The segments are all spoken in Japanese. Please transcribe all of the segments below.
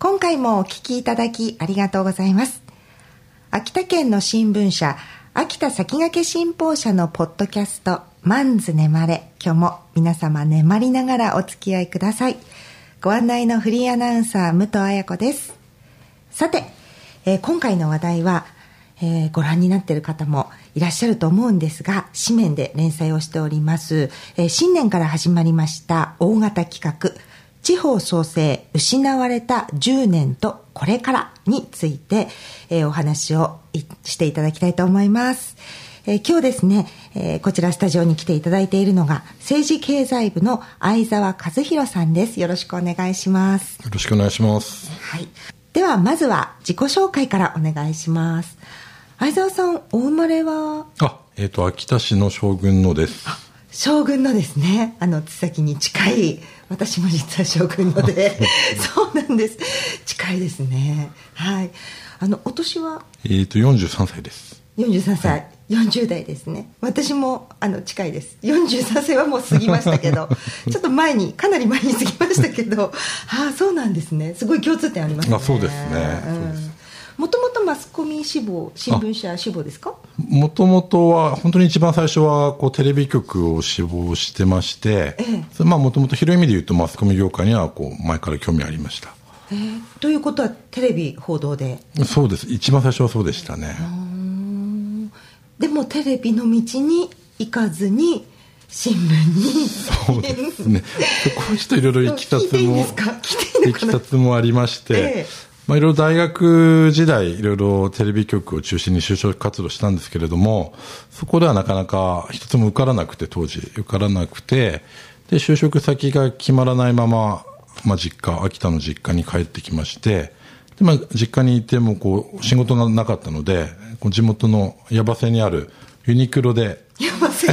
今回もお聞きいただきありがとうございます。秋田県の新聞社秋田先駆け新報社のポッドキャストマンズ眠れ、今日も皆様眠りながらお付き合いください。ご案内のフリーアナウンサー武藤彩子です。さて、今回の話題は、ご覧になっている方もいらっしゃると思うんですが、紙面で連載をしております、新年から始まりました大型企画地方創生失われた10年とこれからについて、お話をしていただきたいと思います。今日ですね、こちらスタジオに来ていただいているのが政治経済部の相沢和弘さんです。よろしくお願いします。 よろしくお願いします。 はい、ではまずは自己紹介からお願いします。相沢さん、お生まれは？ 秋田市の将軍野です。 将軍野ですね。津崎に近い。私も実は将軍野でそうなんです。近いですね。はい。お年は 43歳です。 43歳、はい、40代ですね。私も近いです。43歳はもう過ぎましたけどちょっとかなり前に過ぎましたけどそうなんですね。すごい共通点ありますね。 そうですね。 もともとマスコミ志望、新聞社志望ですか？ もともとは本当に一番最初はテレビ局を志望してまして、もともと広い意味で言うとマスコミ業界には前から興味ありました。 ということはテレビ報道で？ そうです。一番最初はそうでしたね。 でもテレビの道に行かずに新聞に。 そうですね。こういう人いろいろいきさつもありまして、いろいろ大学時代いろいろテレビ局を中心に就職活動したんですけれども、そこではなかなか一つも受からなくて、当時受からなくて、で就職先が決まらないまま、秋田の実家に帰ってきまして、で実家にいても仕事がなかったので、地元の矢場瀬にあるユニクロでし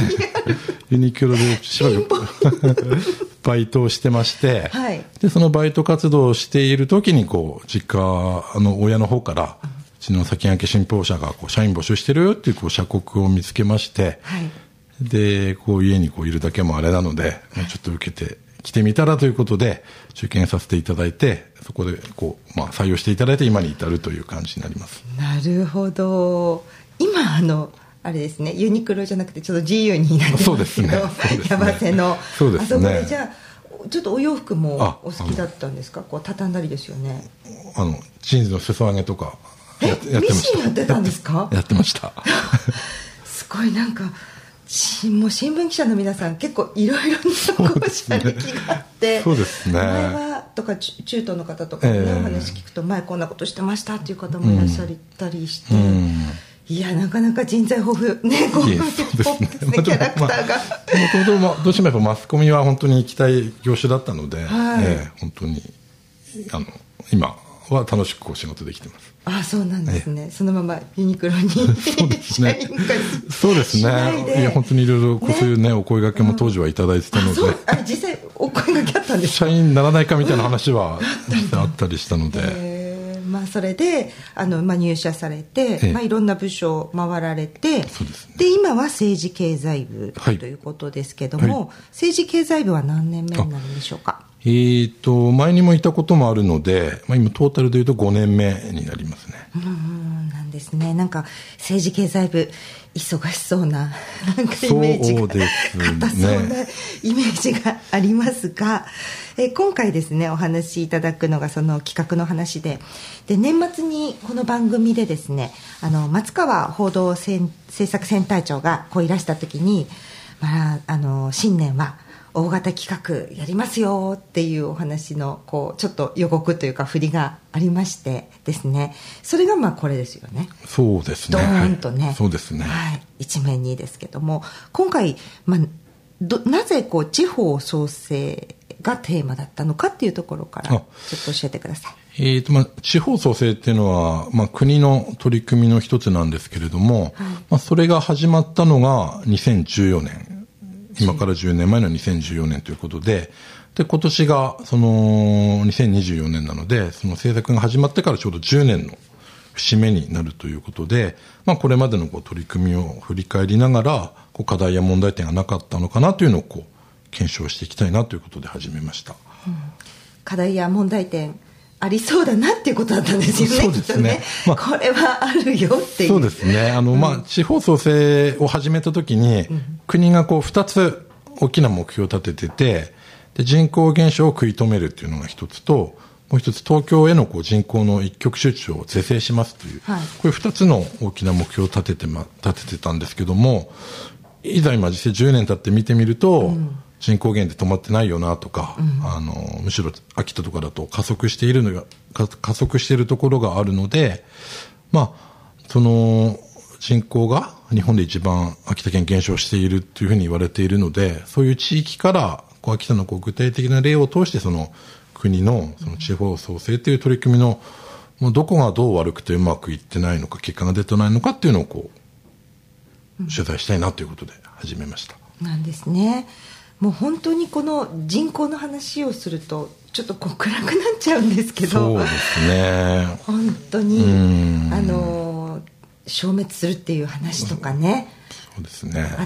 ばらくバイトをしてまして、はい、でそのバイト活動をしている時に実家の親の方から、うちの先駆け新報社が社員募集してるっていう社告を見つけまして、はい、で家にいるだけもあれなので、ちょっと受けて来てみたらということで受験させていただいて、そこで採用していただいて今に至るという感じになります。 なるほど。今あれですね、ユニクロじゃなくてちょっと GU になってますけど、矢場瀬のそうですね。 あそこでじゃあちょっとお洋服もお好きだったんですか？畳んだりですよね。 ジーンズの裾上げとかやってました。ミシンやってたんですか？ やってましたすごい。もう新聞記者の皆さん結構いろいろな社歴があって、 そうですね。 前はとか中東の方とかの、お話聞くと前こんなことしてましたっていう方もいらっしゃったりして、いやなかなか人材豊富ね、豊富ですね、キャラクターが。 もともとどうしてもやっぱマスコミは本当に行きたい業種だったので、本当に今は楽しく仕事できてます。 そうなんですね。そのままユニクロにそうですね。そうですね。いや本当にいろいろそういうねお声掛けも当時はいただいてたので、 実際お声掛けあったんですか？ 社員にならないかみたいな話はあったりしたので。 それで入社されて、いろんな部署を回られて、で今は政治経済部ということですけども、政治経済部は何年目になるんでしょうか？ 前にもいたこともあるので、今トータルでいうと5年目になりますね。 なんですね。政治経済部忙しそうなイメージが硬そうなイメージがありますが、今回ですねお話しいただくのがその企画の話で、年末にこの番組でですね松川報道政策センター長がいらした時に、新年は大型企画やりますよっていうお話のちょっと予告というか振りがありましてですね、それがこれですよね。 そうですね。 ドーンとね、 そうですね。 一面にですけども、今回、なぜ地方創生がテーマだったのかっていうところからちょっと教えてください。 地方創生っていうのは、国の取り組みの一つなんですけれども、それが始まったのが2014年。今から10年前の2014年ということで、今年がその2024年なので、その政策が始まってからちょうど10年の節目になるということで、これまでの取り組みを振り返りながら、課題や問題点がなかったのかなというのを検証していきたいなということで始めました。 課題や問題点ありそうだなっていうことだったんですよね。 そうですね。 これはあるよっていう。 そうですね。地方創生を始めたときに、国が2つ大きな目標を立ててて、で人口減少を食い止めるっていうのが一つと、もう一つ東京への人口の一極集中を是正しますという、こういう2つの大きな目標を立ててたんですけども、いざ今実際10年経って見てみると、人口減で止まってないよなとか、むしろ秋田とかだと加速しているところがあるので、その人口が日本で一番秋田県減少しているというふうに言われているので、そういう地域から秋田の具体的な例を通してその国のその地方創生という取り組みのどこがどう悪くてうまくいってないのか、結果が出てないのかっていうのを取材したいなということで始めました。 なんですね。もう本当にこの人口の話をするとちょっと暗くなっちゃうんですけど、 そうですね、 本当に消滅するっていう話とかね、 そうですね、 あって、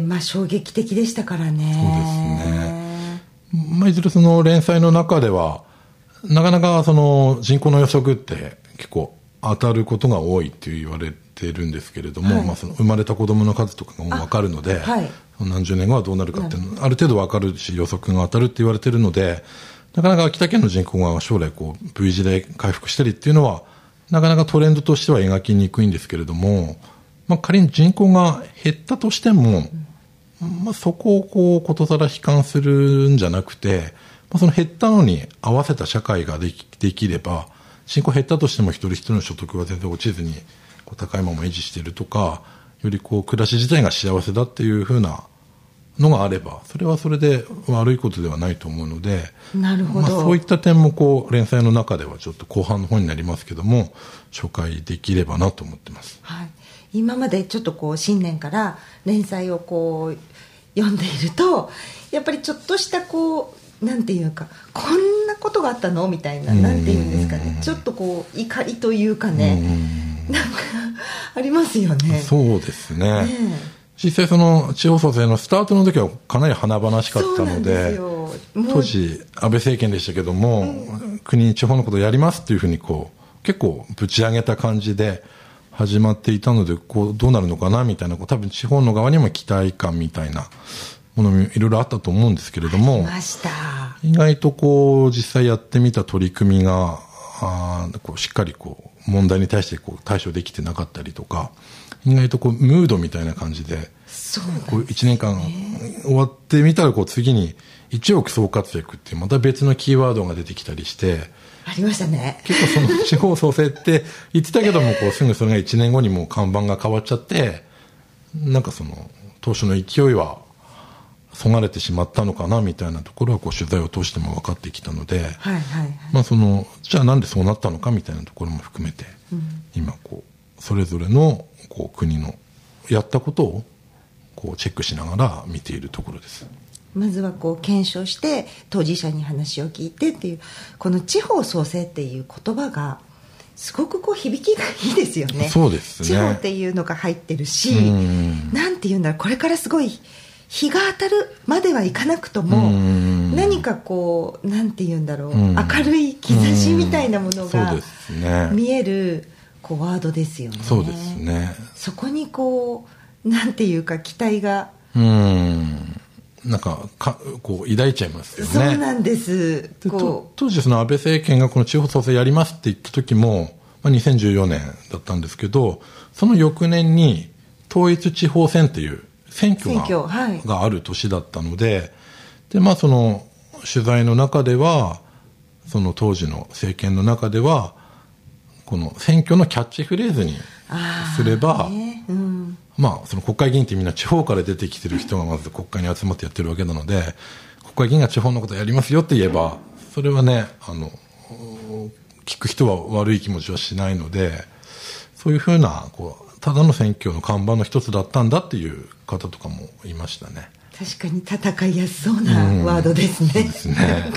衝撃的でしたからね。 そうですね。いずれその連載の中ではなかなかその人口の予測って結構当たることが多いって言われてるんですけれども、その生まれた子どもの数とかがもう分かるので、何十年後はどうなるかっていうのある程度分かるし、予測が当たるって言われてるので、なかなか秋田県の人口が将来V 字で回復したりっていうのはなかなかトレンドとしては描きにくいんですけれども、仮に人口が減ったとしても、そこをことさら悲観するんじゃなくて、その減ったのに合わせた社会ができれば、人口減ったとしても一人一人の所得が全然落ちずに高いまま維持しているとか、より暮らし自体が幸せだっていう風なのがあれば、それはそれで悪いことではないと思うので、 なるほど、 そういった点も連載の中ではちょっと後半の方になりますけども紹介できればなと思ってます。 今までちょっと新年から連載を読んでいると、やっぱりちょっとしたなんていうか、こんなことがあったのみたいな、なんていうんですかね、ちょっと怒りというかね、なんかありますよね。 そうですね。実際その地方創生のスタートの時はかなり華々しかったので、当時安倍政権でしたけども、国に地方のことをやりますっていうふうに結構ぶち上げた感じで始まっていたので、どうなるのかなみたいな、多分地方の側にも期待感みたいなものもいろいろあったと思うんですけれども、意外と実際やってみた取り組みがしっかり問題に対して対処できてなかったりとか、意外とムードみたいな感じで、1年間終わってみたら次に1億総活躍っていうまた別のキーワードが出てきたりしてありましたね。 結構その地方創生って言ってたけどもすぐそれが1年後にもう看板が変わっちゃって、なんかその当初の勢いはそがれてしまったのかなみたいなところは取材を通しても分かってきたので、じゃあなんでそうなったのかみたいなところも含めて、今それぞれの国のやったことをチェックしながら見ているところです。 まずは検証して当事者に話を聞いてっていう、この地方創生っていう言葉がすごく響きがいいですよね。 そうですね。 地方っていうのが入ってるし、なんていうんだろう、これからすごい日が当たるまではいかなくとも、何かなんていうんだろう、明るい兆しみたいなものが見えるワードですよね。 そうですね。 そこになんていうか期待がなんか抱いちゃいますよね。 そうなんです。 当時その安倍政権がこの地方創生やりますって言った時も、2014年だったんですけど、その翌年に統一地方選っていう選挙がある年だったので、その取材の中では、その当時の政権の中ではこの選挙のキャッチフレーズにすれば、その国会議員ってみんな地方から出てきてる人がまず国会に集まってやってるわけなので、国会議員が地方のことやりますよって言えば、それはね、聞く人は悪い気持ちはしないので、そういうふうなただの選挙の看板の一つだったんだっていう方とかもいましたね。 確かに戦いやすそうなワードですね。 そうですね。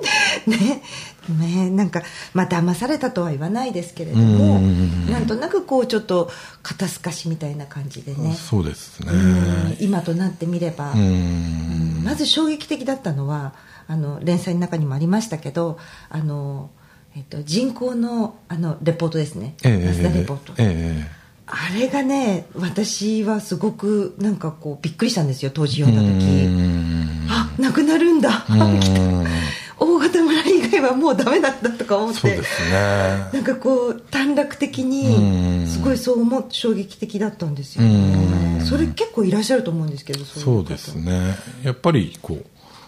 なんか騙されたとは言わないですけれども、なんとなくちょっと肩透かしみたいな感じでね。 そうですね。 今となってみれば、まず衝撃的だったのは連載の中にもありましたけど、 人口のレポートですね、増田レポート、あれがね私はすごくなんかこうびっくりしたんですよ、当時読んだ時。あ、なくなるんだ大型村以外はもうダメだったとか思って。 そうですね、 なんかこう短絡的にすごいそう思って衝撃的だったんですよね。それ結構いらっしゃると思うんですけど。 そうですね、やっぱりこう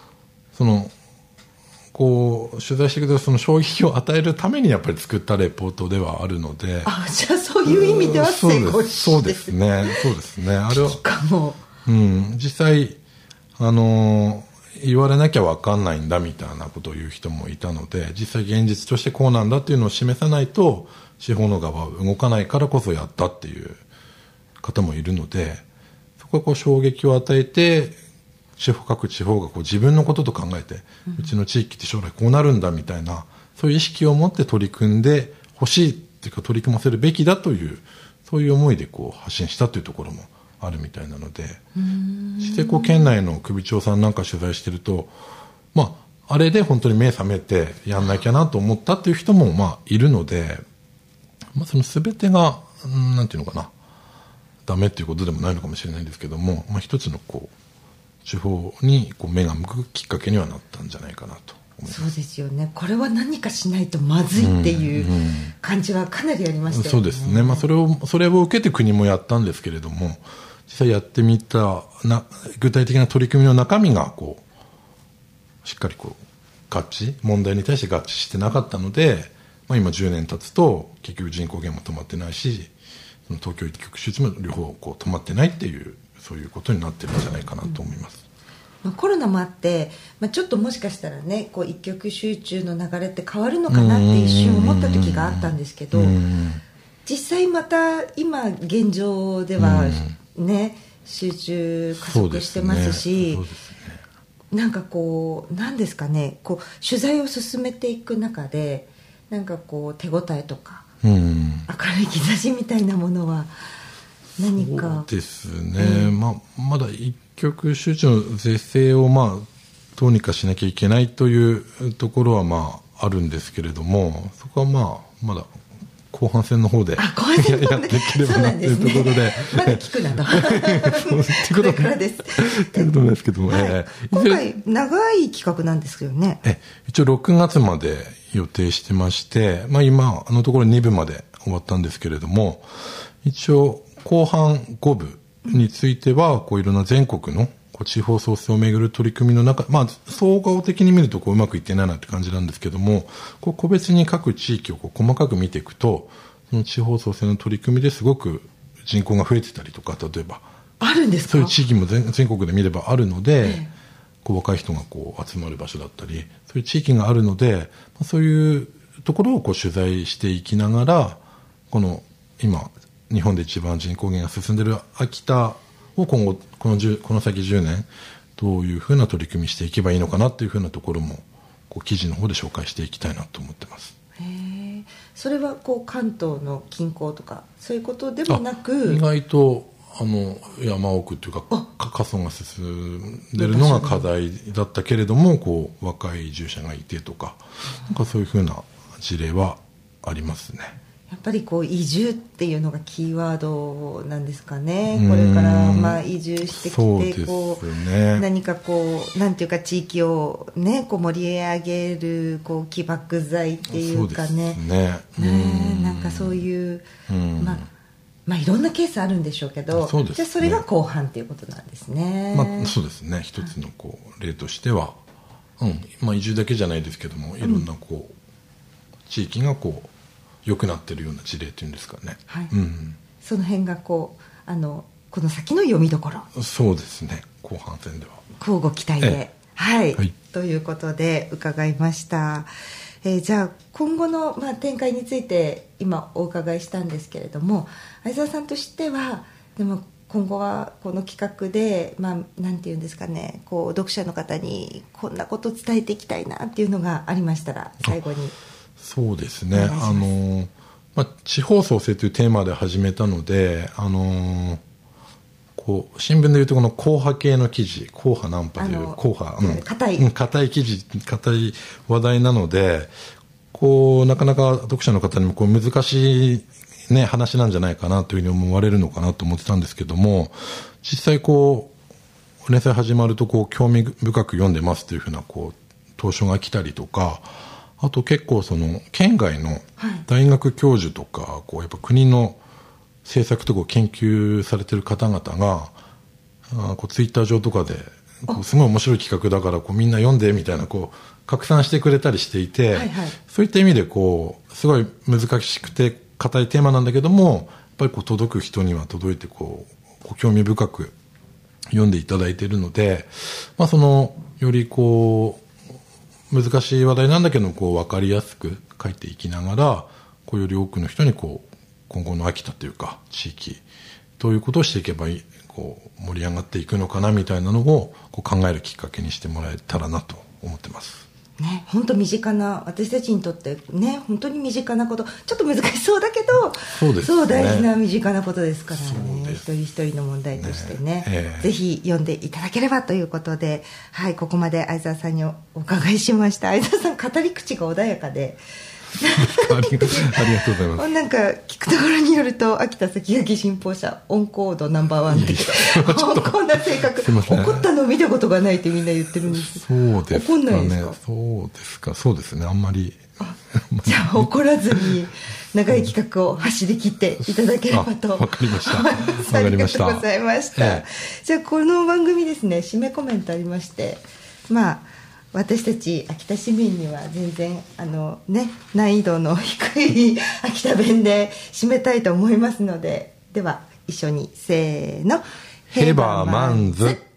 取材してくれたその衝撃を与えるためにやっぱり作ったレポートではあるので。 あ、じゃあそういう意味では成功してそうですね、そうですね、あれはかも、 実際言われなきゃ分かんないんだみたいなことを言う人もいたので、実際現実としてこうなんだっていうのを示さないと司法の側は動かないからこそやったっていう方もいるので、そこはこう衝撃を与えて各地方がこう自分のことと考えて、うちの地域って将来こうなるんだみたいな、そういう意識を持って取り組んでほしいっていうか、取り組ませるべきだというそういう思いでこう発信したというところもあるみたいなので、実際こう県内の首長さんなんか取材してると、あれで本当に目覚めてやんなきゃなと思ったっていう人もいるので、その全てがなんていうのかな、ダメっていうことでもないのかもしれないんですけども、一つのこう地方にこう目が向くきっかけにはなったんじゃないかなと思います。 そうですよね、これは何かしないとまずいっていう感じはかなりありましたよね。 そうですね、それを受けて国もやったんですけれども、実際やってみた具体的な取り組みの中身がこうしっかりこう問題に対して合致してなかったので、今10年経つと結局人口減も止まってないし、その東京一極集中も両方こう止まってないっていう、そういうことになってるんじゃないかなと思います。 コロナもあって、ちょっともしかしたらね、こう一極集中の流れって変わるのかなって一瞬思った時があったんですけど、実際また今現状ではね、集中加速してますし、なんかこう何ですかね、こう取材を進めていく中でなんかこう手応えとか、明るい兆しみたいなものは何か。 そうですね、まだ一極集中の是正をどうにかしなきゃいけないというところはあるんですけれども、そこはまだ後半戦の方でやっていければなというところで、 まだ聞くなとこれからですということなんですけども、 今回長い企画なんですよね。 一応6月まで予定してまして、今ところ2部まで終わったんですけれども、一応後半5部についてはこういろんな全国の地方創生をめぐる取り組みの中、総合的に見るとうまくいってないなって感じなんですけども、個別に各地域を細かく見ていくと、その地方創生の取り組みですごく人口が増えてたりとか、例えばあるんですか。 そういう地域も全国で見ればあるので、若い人が集まる場所だったり、そういう地域があるので、そういうところを取材していきながら、この今日本で一番人口減が進んでいる秋田を今後この先10年どういうふうな取り組みしていけばいいのかなというふうなところも記事の方で紹介していきたいなと思ってます。 それは関東の近郊とかそういうことでもなく、 意外と山奥というか過疎が進んでるのが課題だったけれども、若い移住者がいてとか、そういうふうな事例はありますね。 やっぱり移住っていうのがキーワードなんですかね。これから移住してきて、何かなんていうか地域をね盛り上げる起爆剤っていうかね。なんかそういう、いろんなケースあるんでしょうけど、じゃあそれが後半っていうことなんですね。 そうですね、一つの例としては、移住だけじゃないですけども、いろんな地域が良くなってるような事例っていうんですかね。 その辺がこの先の読みどころ。 そうですね、後半戦では交互期待で、ということで伺いました。じゃあ今後の、展開について今お伺いしたんですけれども、相沢さんとしてはでも今後はこの企画で、なんていうんですかね、読者の方にこんなことを伝えていきたいなっていうのがありましたら最後に。 そうですね、地方創生というテーマで始めたので、新聞でいうとこの硬派系の記事、硬派ナンパという硬い記事、硬い話題なので、 こうなかなか読者の方にもこう難しい、ね、話なんじゃないかなというふうに思われるのかなと思ってたんですけども、実際こう連載始まるとこう興味深く読んでますというふうなこう投書が来たりとか、あと結構その県外の大学教授とか、こうやっぱ国の政策とかを研究されてる方々がこうツイッター上とかでこうすごい面白い企画だからこうみんな読んでみたいなこう拡散してくれたりしていて、はいはい、そういった意味でこうすごい難しくて硬いテーマなんだけども、やっぱりこう届く人には届いてこう興味深く読んでいただいているので、まあ、そのよりこう難しい話題なんだけどこう分かりやすく書いていきながら、こうより多くの人にこう今後の秋田というか地域どういうことをしていけばいいこう盛り上がっていくのかなみたいなのをこう考えるきっかけにしてもらえたらなと思ってます。 ね、本当身近な、私たちにとってね、本当に身近なこと、ちょっと難しそうだけど、 そうですね、 そう大事な身近なことですからね、一人一人の問題としてね、ぜひ読んでいただければということで、はい、ここまで相沢さんにお伺いしました。相沢さん語り口が穏やかでありがとうございます。 なんか聞くところによると、秋田先駆け新報社温厚度ナンバーワンってこんな性格、怒ったのを見たことがないってみんな言ってるんです。 そうですかね。 怒んないですか？ そうですか。そうですね。あんまりじゃあ怒らずに長い企画を走り切っていただければと。 わかりました。わかりました。ありがとうございました。じゃあこの番組ですね、締めコメントありまして、まあ私たち秋田市民には全然難易度の低い秋田弁で締めたいと思いますので、では一緒にせーの、 ヘバーマンズ。